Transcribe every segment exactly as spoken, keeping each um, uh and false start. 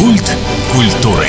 Культ культуры.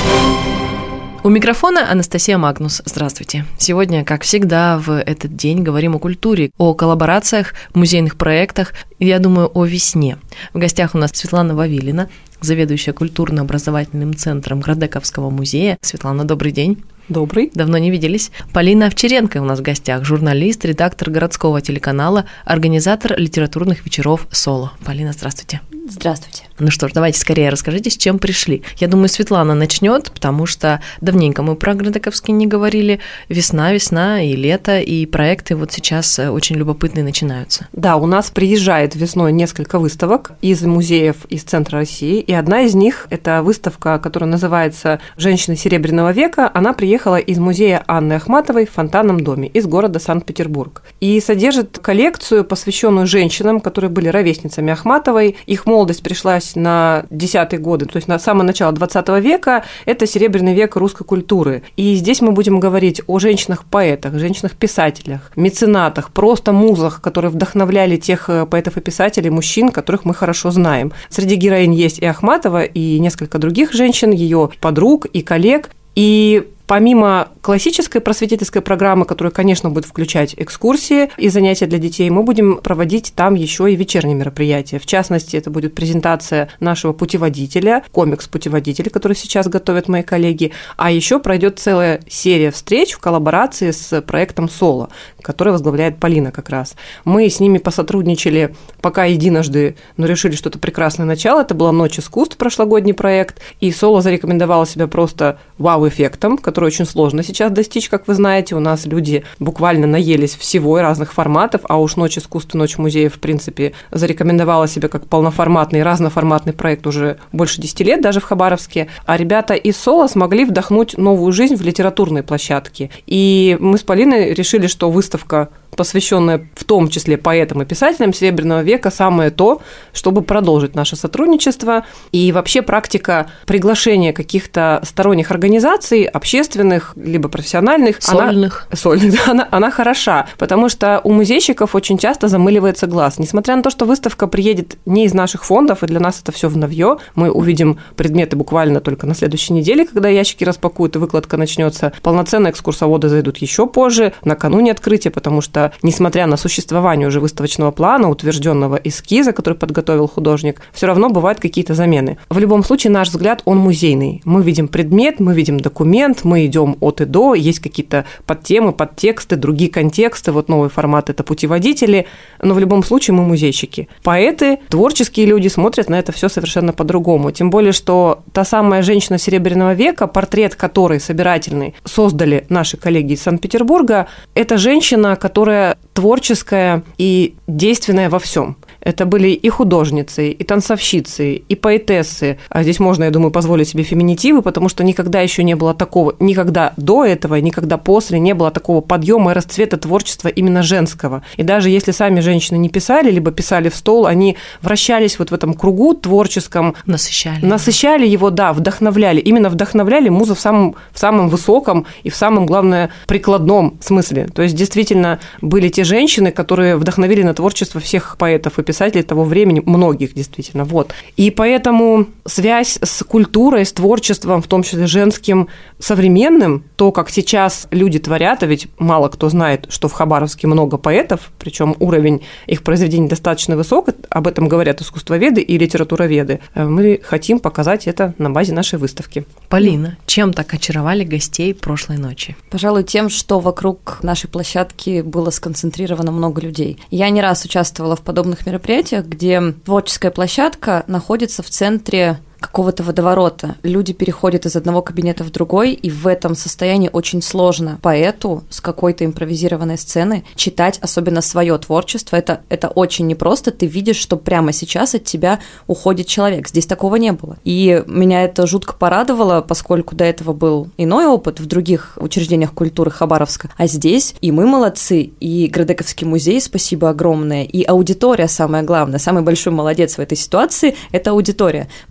У микрофона Анастасия Магнус. Здравствуйте. Сегодня, как всегда, в этот день говорим о культуре, о коллаборациях, музейных проектах, и, я думаю, о весне. В гостях у нас Светлана Вавилина, заведующая культурно-образовательным центром Градековского музея. Светлана, добрый день. Добрый. Давно не виделись. Полина Овчаренко у нас в гостях, журналист, редактор городского телеканала, организатор литературных вечеров «Соло». Полина, здравствуйте. Здравствуйте. Ну что ж, давайте скорее расскажите, с чем пришли. Я думаю, Светлана начнет, потому что давненько мы про Градековский не говорили. Весна, весна и лето, и проекты вот сейчас очень любопытные начинаются. Да, у нас приезжает весной несколько выставок из музеев из центра России, и одна из них – это выставка, которая называется «Женщины Серебряного века». Она приехала из музея Анны Ахматовой в Фонтанном доме из города Санкт-Петербург. И содержит коллекцию, посвященную женщинам, которые были ровесницами Ахматовой. Их молодость пришлась на десятые годы, то есть на самое начало двадцатого века, это серебряный век русской культуры. И здесь мы будем говорить о женщинах-поэтах, женщинах-писателях, меценатах, просто музах, которые вдохновляли тех поэтов и писателей, мужчин, которых мы хорошо знаем. Среди героинь есть и Ахматова, и несколько других женщин, ее подруг и коллег. И помимо классической просветительской программы, которая, конечно, будет включать экскурсии и занятия для детей, мы будем проводить там еще и вечерние мероприятия. В частности, это будет презентация нашего путеводителя, комикс-путеводитель, который сейчас готовят мои коллеги, а еще пройдет целая серия встреч в коллаборации с проектом «Соло», который возглавляет Полина как раз. Мы с ними посотрудничали пока единожды, но решили, что это прекрасное начало. Это была «Ночь искусств», прошлогодний проект, и «Соло» зарекомендовала себя просто вау-эффектом, который очень сложно сейчас достичь, как вы знаете. У нас люди буквально наелись всего и разных форматов, а уж «Ночь искусств» и «Ночь музеев», в принципе, зарекомендовала себя как полноформатный, разноформатный проект уже больше десяти лет, даже в Хабаровске. А ребята из «Соло» смогли вдохнуть новую жизнь в литературные площадки. И мы с Полиной решили, что выставка, посвященная в том числе поэтам и писателям Серебряного века, самое то, чтобы продолжить наше сотрудничество. И вообще практика приглашения каких-то сторонних организаций, общественных, либо профессиональных, сольных, она, сольных да, она, она хороша, потому что у музейщиков очень часто замыливается глаз. Несмотря на то, что выставка приедет не из наших фондов, и для нас это все в новье, мы увидим предметы буквально только на следующей неделе, когда ящики распакуют и выкладка начнется. Полноценные экскурсоводы зайдут еще позже, накануне открытия, потому что несмотря на существование уже выставочного плана, утвержденного эскиза, который подготовил художник, все равно бывают какие-то замены. В любом случае, наш взгляд, он музейный. Мы видим предмет, мы видим документ, мы идем от и до, есть какие-то подтемы, подтексты, другие контексты, вот новый формат – это путеводители, но в любом случае мы музейщики. Поэты, творческие люди смотрят на это все совершенно по-другому. Тем более, что та самая женщина Серебряного века, портрет которой собирательный создали наши коллеги из Санкт-Петербурга, это женщина, которая творческая и действенная во всем. Это были и художницы, и танцовщицы, и поэтессы. А здесь можно, я думаю, позволить себе феминитивы, потому что никогда еще не было такого, никогда до этого, никогда после не было такого подъема и расцвета творчества именно женского. И даже если сами женщины не писали, либо писали в стол, они вращались вот в этом кругу творческом. Насыщали. Насыщали его, да, вдохновляли. Именно вдохновляли музу в самом, в самом высоком и в самом, главное, прикладном смысле. То есть, действительно, были те женщины, которые вдохновили на творчество всех поэтов и писателей того времени, многих действительно. Вот. И поэтому связь с культурой, с творчеством, в том числе женским, современным, то, как сейчас люди творят, а ведь мало кто знает, что в Хабаровске много поэтов, причем уровень их произведений достаточно высок, об этом говорят искусствоведы и литературоведы. Мы хотим показать это на базе нашей выставки. Полина, чем так очаровали гостей прошлой ночи? Пожалуй, тем, что вокруг нашей площадки было сконцентрировано много людей. Я не раз участвовала в подобных мероприятиях, где творческая площадка находится в центре какого-то водоворота. Люди переходят из одного кабинета в другой, и в этом состоянии очень сложно поэту с какой-то импровизированной сцены читать, особенно свое творчество. Это, это очень непросто. Ты видишь, что прямо сейчас от тебя уходит человек. Здесь такого не было. И меня это жутко порадовало, поскольку до этого был иной опыт в других учреждениях культуры Хабаровска. А здесь и мы молодцы, и Градековский музей, спасибо огромное, и аудитория самое главное. Самый большой молодец в этой ситуации – это аудитория, потому что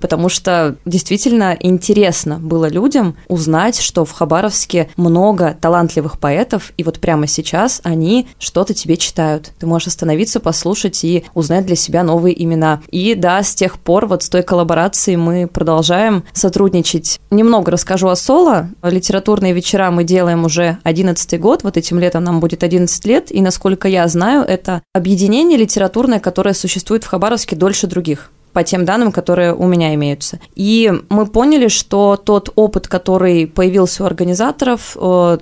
что действительно интересно было людям узнать, что в Хабаровске много талантливых поэтов, и вот прямо сейчас они что-то тебе читают. Ты можешь остановиться, послушать и узнать для себя новые имена. И да, с тех пор вот с той коллаборацией мы продолжаем сотрудничать. Немного расскажу о соло. Литературные вечера мы делаем уже одиннадцатый год, вот этим летом нам будет одиннадцать лет, и, насколько я знаю, это объединение литературное, которое существует в Хабаровске дольше других, по тем данным, которые у меня имеются. И мы поняли, что тот опыт, который появился у организаторов,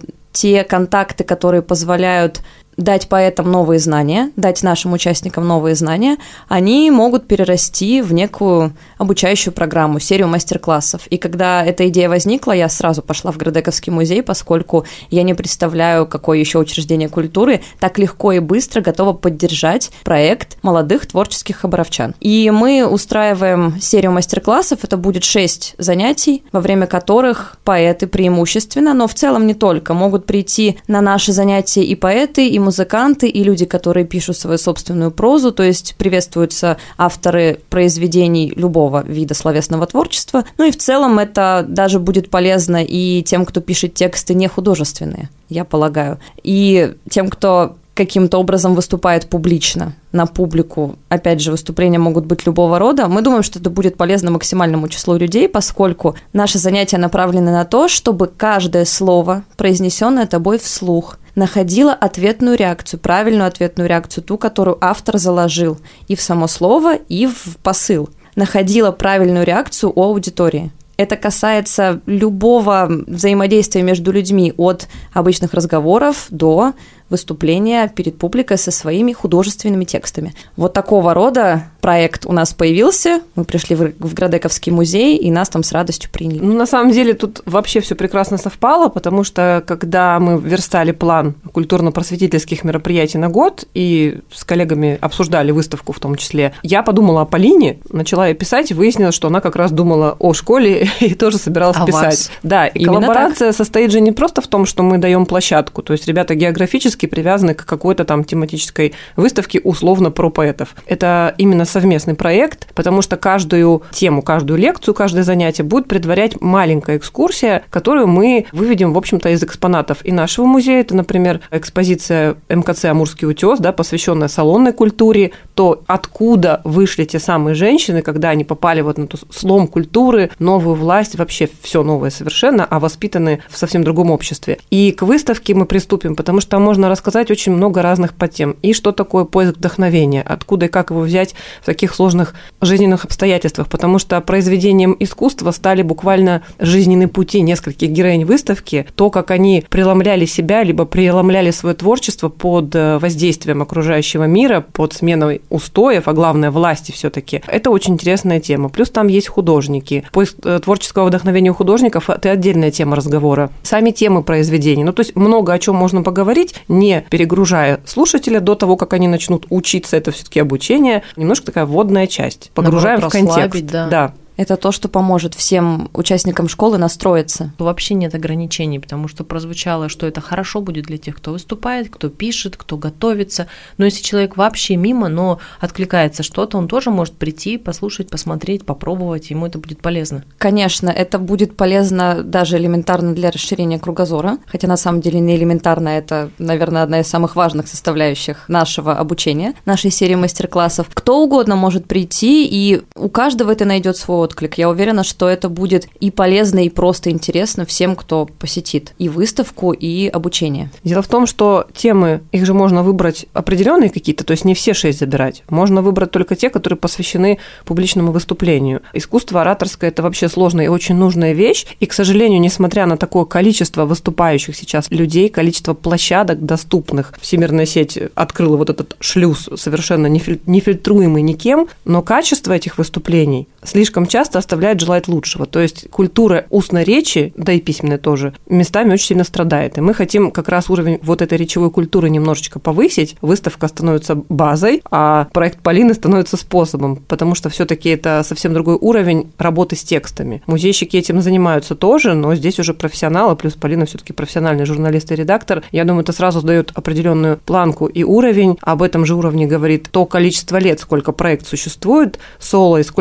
те контакты, которые позволяют дать поэтам новые знания, дать нашим участникам новые знания, они могут перерасти в некую обучающую программу, серию мастер-классов. И когда эта идея возникла, я сразу пошла в Градековский музей, поскольку я не представляю, какое еще учреждение культуры так легко и быстро готово поддержать проект молодых творческих хабаровчан. И мы устраиваем серию мастер-классов, это будет шесть занятий, во время которых поэты преимущественно, но в целом не только, могут прийти на наши занятия и поэты, и музыканты, и люди, которые пишут свою собственную прозу, то есть приветствуются авторы произведений любого вида словесного творчества. Ну и в целом это даже будет полезно и тем, кто пишет тексты не художественные, я полагаю, и тем, кто каким-то образом выступает публично, на публику. Опять же, выступления могут быть любого рода. Мы думаем, что это будет полезно максимальному числу людей, поскольку наши занятия направлены на то, чтобы каждое слово, произнесенное тобой вслух, находило ответную реакцию, правильную ответную реакцию, ту, которую автор заложил и в само слово, и в посыл. Находило правильную реакцию у аудитории. Это касается любого взаимодействия между людьми, от обычных разговоров до выступления перед публикой со своими художественными текстами. Вот такого рода проект у нас появился. Мы пришли в Градековский музей, и нас там с радостью приняли. Ну, на самом деле, тут вообще все прекрасно совпало, потому что, когда мы верстали план культурно-просветительских мероприятий на год и с коллегами обсуждали выставку в том числе, я подумала о Полине, начала ее писать, и выяснилось, что она как раз думала о школе и тоже собиралась а писать. вас? Да, и Именно коллаборация так? состоит же не просто в том, что мы даем площадку, то есть ребята географически привязаны к какой-то там тематической выставке условно про поэтов. Это именно совместный проект, потому что каждую тему, каждую лекцию, каждое занятие будет предварять маленькая экскурсия, которую мы выведем, в общем-то, из экспонатов и нашего музея. Это, например, экспозиция эм ка цэ «Амурский утес», да, посвященная салонной культуре, то откуда вышли те самые женщины, когда они попали вот на ту слом культуры, новую власть, вообще все новое совершенно, а воспитаны в совсем другом обществе. И к выставке мы приступим, потому что там можно рассказать очень много разных подтем. И что такое поиск вдохновения, откуда и как его взять в таких сложных жизненных обстоятельствах, потому что произведением искусства стали буквально жизненные пути нескольких героинь выставки, то, как они преломляли себя, либо преломляли свое творчество под воздействием окружающего мира, под сменой устоев, а главное, власти все-таки. Это очень интересная тема. Плюс там есть художники. Поиск творческого вдохновения у художников – это отдельная тема разговора. Сами темы произведений. Ну, то есть много о чем можно поговорить, не перегружая слушателя до того, как они начнут учиться. Это все-таки обучение. Немножко такая вводная часть. Погружаем в контекст. Да. Да. Это то, что поможет всем участникам школы настроиться. Вообще нет ограничений, потому что прозвучало, что это хорошо будет для тех, кто выступает, кто пишет, кто готовится. Но если человек вообще мимо, но откликается что-то, он тоже может прийти, послушать, посмотреть, попробовать, ему это будет полезно. Конечно, это будет полезно даже элементарно для расширения кругозора, хотя на самом деле не элементарно, это, наверное, одна из самых важных составляющих нашего обучения, нашей серии мастер-классов. Кто угодно может прийти, и у каждого это найдет свой отклик. Я уверена, что это будет и полезно, и просто интересно всем, кто посетит и выставку, и обучение. Дело в том, что темы, их же можно выбрать определенные какие-то, то есть не все шесть забирать. Можно выбрать только те, которые посвящены публичному выступлению. Искусство ораторское – это вообще сложная и очень нужная вещь. И, к сожалению, несмотря на такое количество выступающих сейчас людей, количество площадок доступных, всемирная сеть открыла вот этот шлюз, совершенно не фильтруемый никем, но качество этих выступлений слишком часто оставляет желать лучшего. То есть культура устной речи, да и письменной тоже, местами очень сильно страдает. И мы хотим как раз уровень вот этой речевой культуры немножечко повысить. Выставка становится базой, а проект Полины становится способом, потому что все-таки это совсем другой уровень работы с текстами. Музейщики этим занимаются тоже, но здесь уже профессионалы, плюс Полина все-таки профессиональный журналист и редактор. Я думаю, это сразу дает определенную планку и уровень. Об этом же уровне говорит то количество лет, сколько проект существует, соло, и сколько лет в него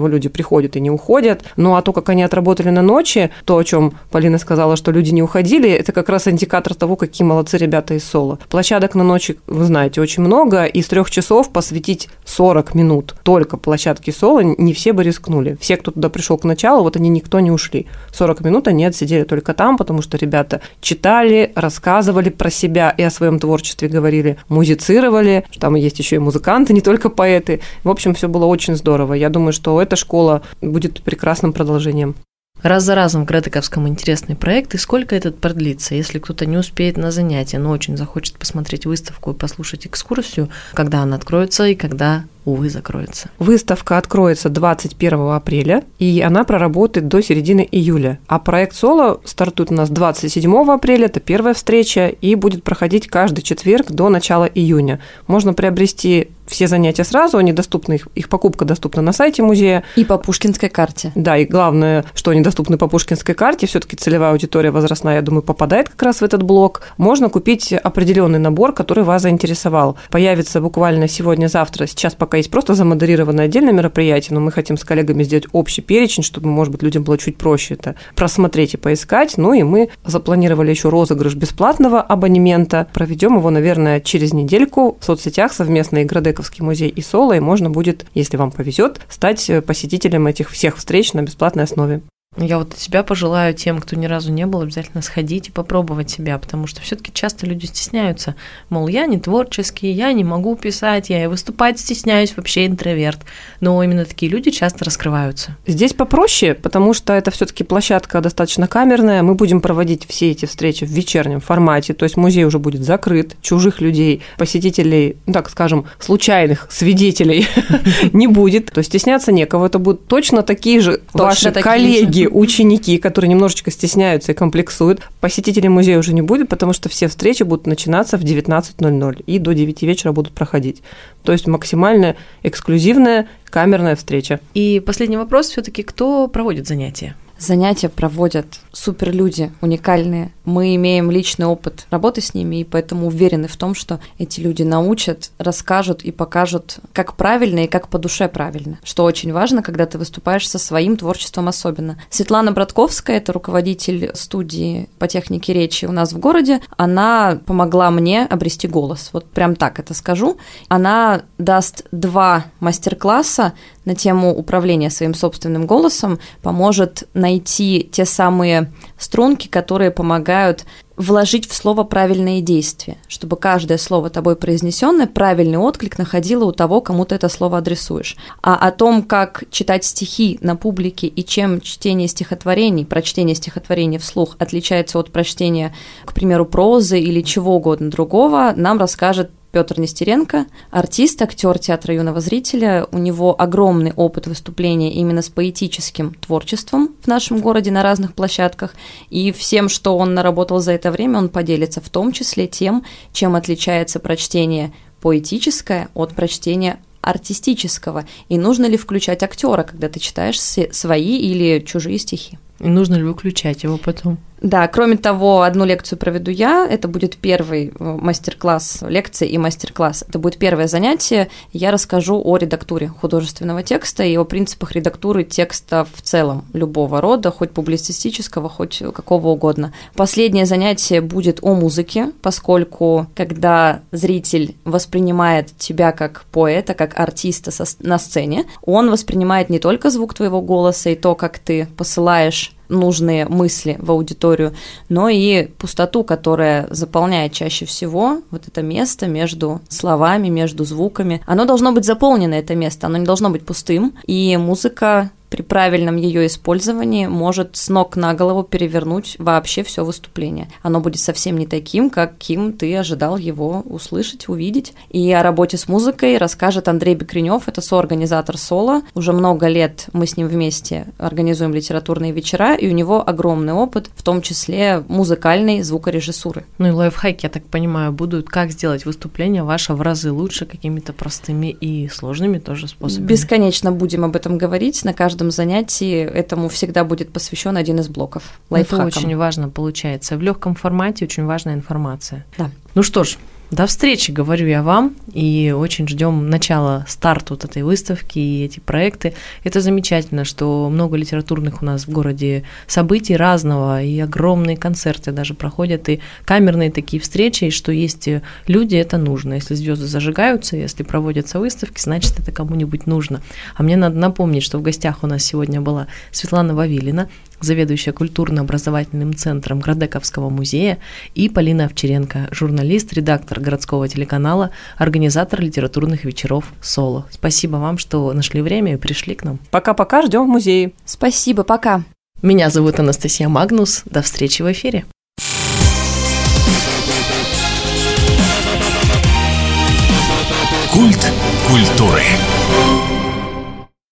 всего, люди приходят и не уходят. Ну, а то, как они отработали на ночи, то, о чем Полина сказала, что люди не уходили, это как раз индикатор того, какие молодцы ребята из соло. Площадок на ночи, вы знаете, очень много, и с трех часов посвятить сорок минут только площадке соло не все бы рискнули. Все, кто туда пришел к началу, вот они никто не ушли. сорок минут они отсидели только там, потому что ребята читали, рассказывали про себя и о своем творчестве говорили, музицировали, там есть еще и музыканты, не только поэты. В общем, все было очень здорово. Я думаю, что эта школа будет прекрасным продолжением. Раз за разом в Градековском интересный проект, и сколько этот продлится? Если кто-то не успеет на занятия, но очень захочет посмотреть выставку и послушать экскурсию, когда она откроется и когда, увы, закроется? Выставка откроется двадцать первого апреля, и она проработает до середины июля. А проект «Соло» стартует у нас двадцать седьмого апреля, это первая встреча, и будет проходить каждый четверг до начала июня. Можно приобрести все занятия сразу, они доступны, их, их покупка доступна на сайте музея. И по Пушкинской карте. Да, и главное, что они доступны по Пушкинской карте, все-таки целевая аудитория возрастная, я думаю, попадает как раз в этот блок. Можно купить определенный набор, который вас заинтересовал. Появится буквально сегодня-завтра. Сейчас пока есть просто замодерированное отдельное мероприятие, но мы хотим с коллегами сделать общий перечень, чтобы, может быть, людям было чуть проще это просмотреть и поискать. Ну и мы запланировали еще розыгрыш бесплатного абонемента. Проведем его, наверное, через недельку в соцсетях совместно и Градековский музей и соло, и можно будет, если вам повезет, стать посетителем этих всех встреч на бесплатной основе. Я вот от себя пожелаю тем, кто ни разу не был, обязательно сходить и попробовать себя, потому что все-таки часто люди стесняются, мол, я не творческий, я не могу писать, я и выступать стесняюсь, вообще интроверт. Но именно такие люди часто раскрываются. Здесь попроще, потому что это все-таки площадка достаточно камерная. Мы будем проводить все эти встречи в вечернем формате, то есть музей уже будет закрыт, чужих людей, посетителей, ну, так скажем, случайных свидетелей не будет. То есть стесняться некого. Это будут точно такие же ваши коллеги, ученики, которые немножечко стесняются и комплексуют. Посетителей музея уже не будет, потому что все встречи будут начинаться в девятнадцать ноль ноль и до девяти вечера будут проходить. То есть максимально эксклюзивная камерная встреча. И последний вопрос все-таки, кто проводит занятия? Занятия проводят суперлюди, уникальные. Мы имеем личный опыт работы с ними, и поэтому уверены в том, что эти люди научат, расскажут и покажут, как правильно и как по душе правильно, что очень важно, когда ты выступаешь со своим творчеством особенно. Светлана Братковская, это руководитель студии по технике речи у нас в городе, она помогла мне обрести голос, вот прям так это скажу. Она даст два мастер-класса на тему управления своим собственным голосом, поможет найти те самые струнки, которые помогают вложить в слово правильные действия, чтобы каждое слово тобой произнесенное правильный отклик находило у того, кому ты это слово адресуешь. А о том, как читать стихи на публике и чем чтение стихотворений, прочтение стихотворений вслух отличается от прочтения, к примеру, прозы или чего угодно другого, нам расскажет Петр Нестеренко, артист, актер театра юного зрителя. У него огромный опыт выступления именно с поэтическим творчеством в нашем городе на разных площадках. И всем, что он наработал за это время, он поделится, в том числе тем, чем отличается прочтение поэтическое от прочтения артистического. И нужно ли включать актера, когда ты читаешь свои или чужие стихи. И нужно ли выключать его потом? Да, кроме того, одну лекцию проведу я, это будет первый мастер-класс, лекция и мастер-класс. Это будет первое занятие, я расскажу о редактуре художественного текста и о принципах редактуры текста в целом, любого рода, хоть публицистического, хоть какого угодно. Последнее занятие будет о музыке, поскольку когда зритель воспринимает тебя как поэта, как артиста на сцене, он воспринимает не только звук твоего голоса и то, как ты посылаешь нужные мысли в аудиторию, но и пустоту, которая заполняет чаще всего вот это место между словами, между звуками. Оно должно быть заполнено, это место, оно не должно быть пустым, и музыка при правильном ее использовании может с ног на голову перевернуть вообще все выступление. Оно будет совсем не таким, каким ты ожидал его услышать, увидеть. И о работе с музыкой расскажет Андрей Бекренев, это соорганизатор соло. Уже много лет мы с ним вместе организуем литературные вечера, и у него огромный опыт, в том числе музыкальной звукорежиссуры. Ну и лайфхаки, я так понимаю, будут, как сделать выступление ваше в разы лучше какими-то простыми и сложными тоже способами. Бесконечно будем об этом говорить на каждом занятии, этому всегда будет посвящен один из блоков лайфхакам. Это очень важно получается. В легком формате очень важная информация. Да. Ну что ж, До встречи, говорю я вам, и очень ждем начала, старт вот этой выставки и эти проекты. Это замечательно, что много литературных у нас в городе событий разного, и огромные концерты даже проходят, и камерные такие встречи, и что есть люди, это нужно. Если звезды зажигаются, если проводятся выставки, значит, это кому-нибудь нужно. А мне надо напомнить, что в гостях у нас сегодня была Светлана Вавилина, заведующая культурно-образовательным центром Градековского музея, и Полина Овчаренко, журналист, редактор городского телеканала, организатор литературных вечеров «Соло». Спасибо вам, что нашли время и пришли к нам. Пока-пока, ждем в музее. Спасибо, пока. Меня зовут Анастасия Магнус. До встречи в эфире. Культ культуры.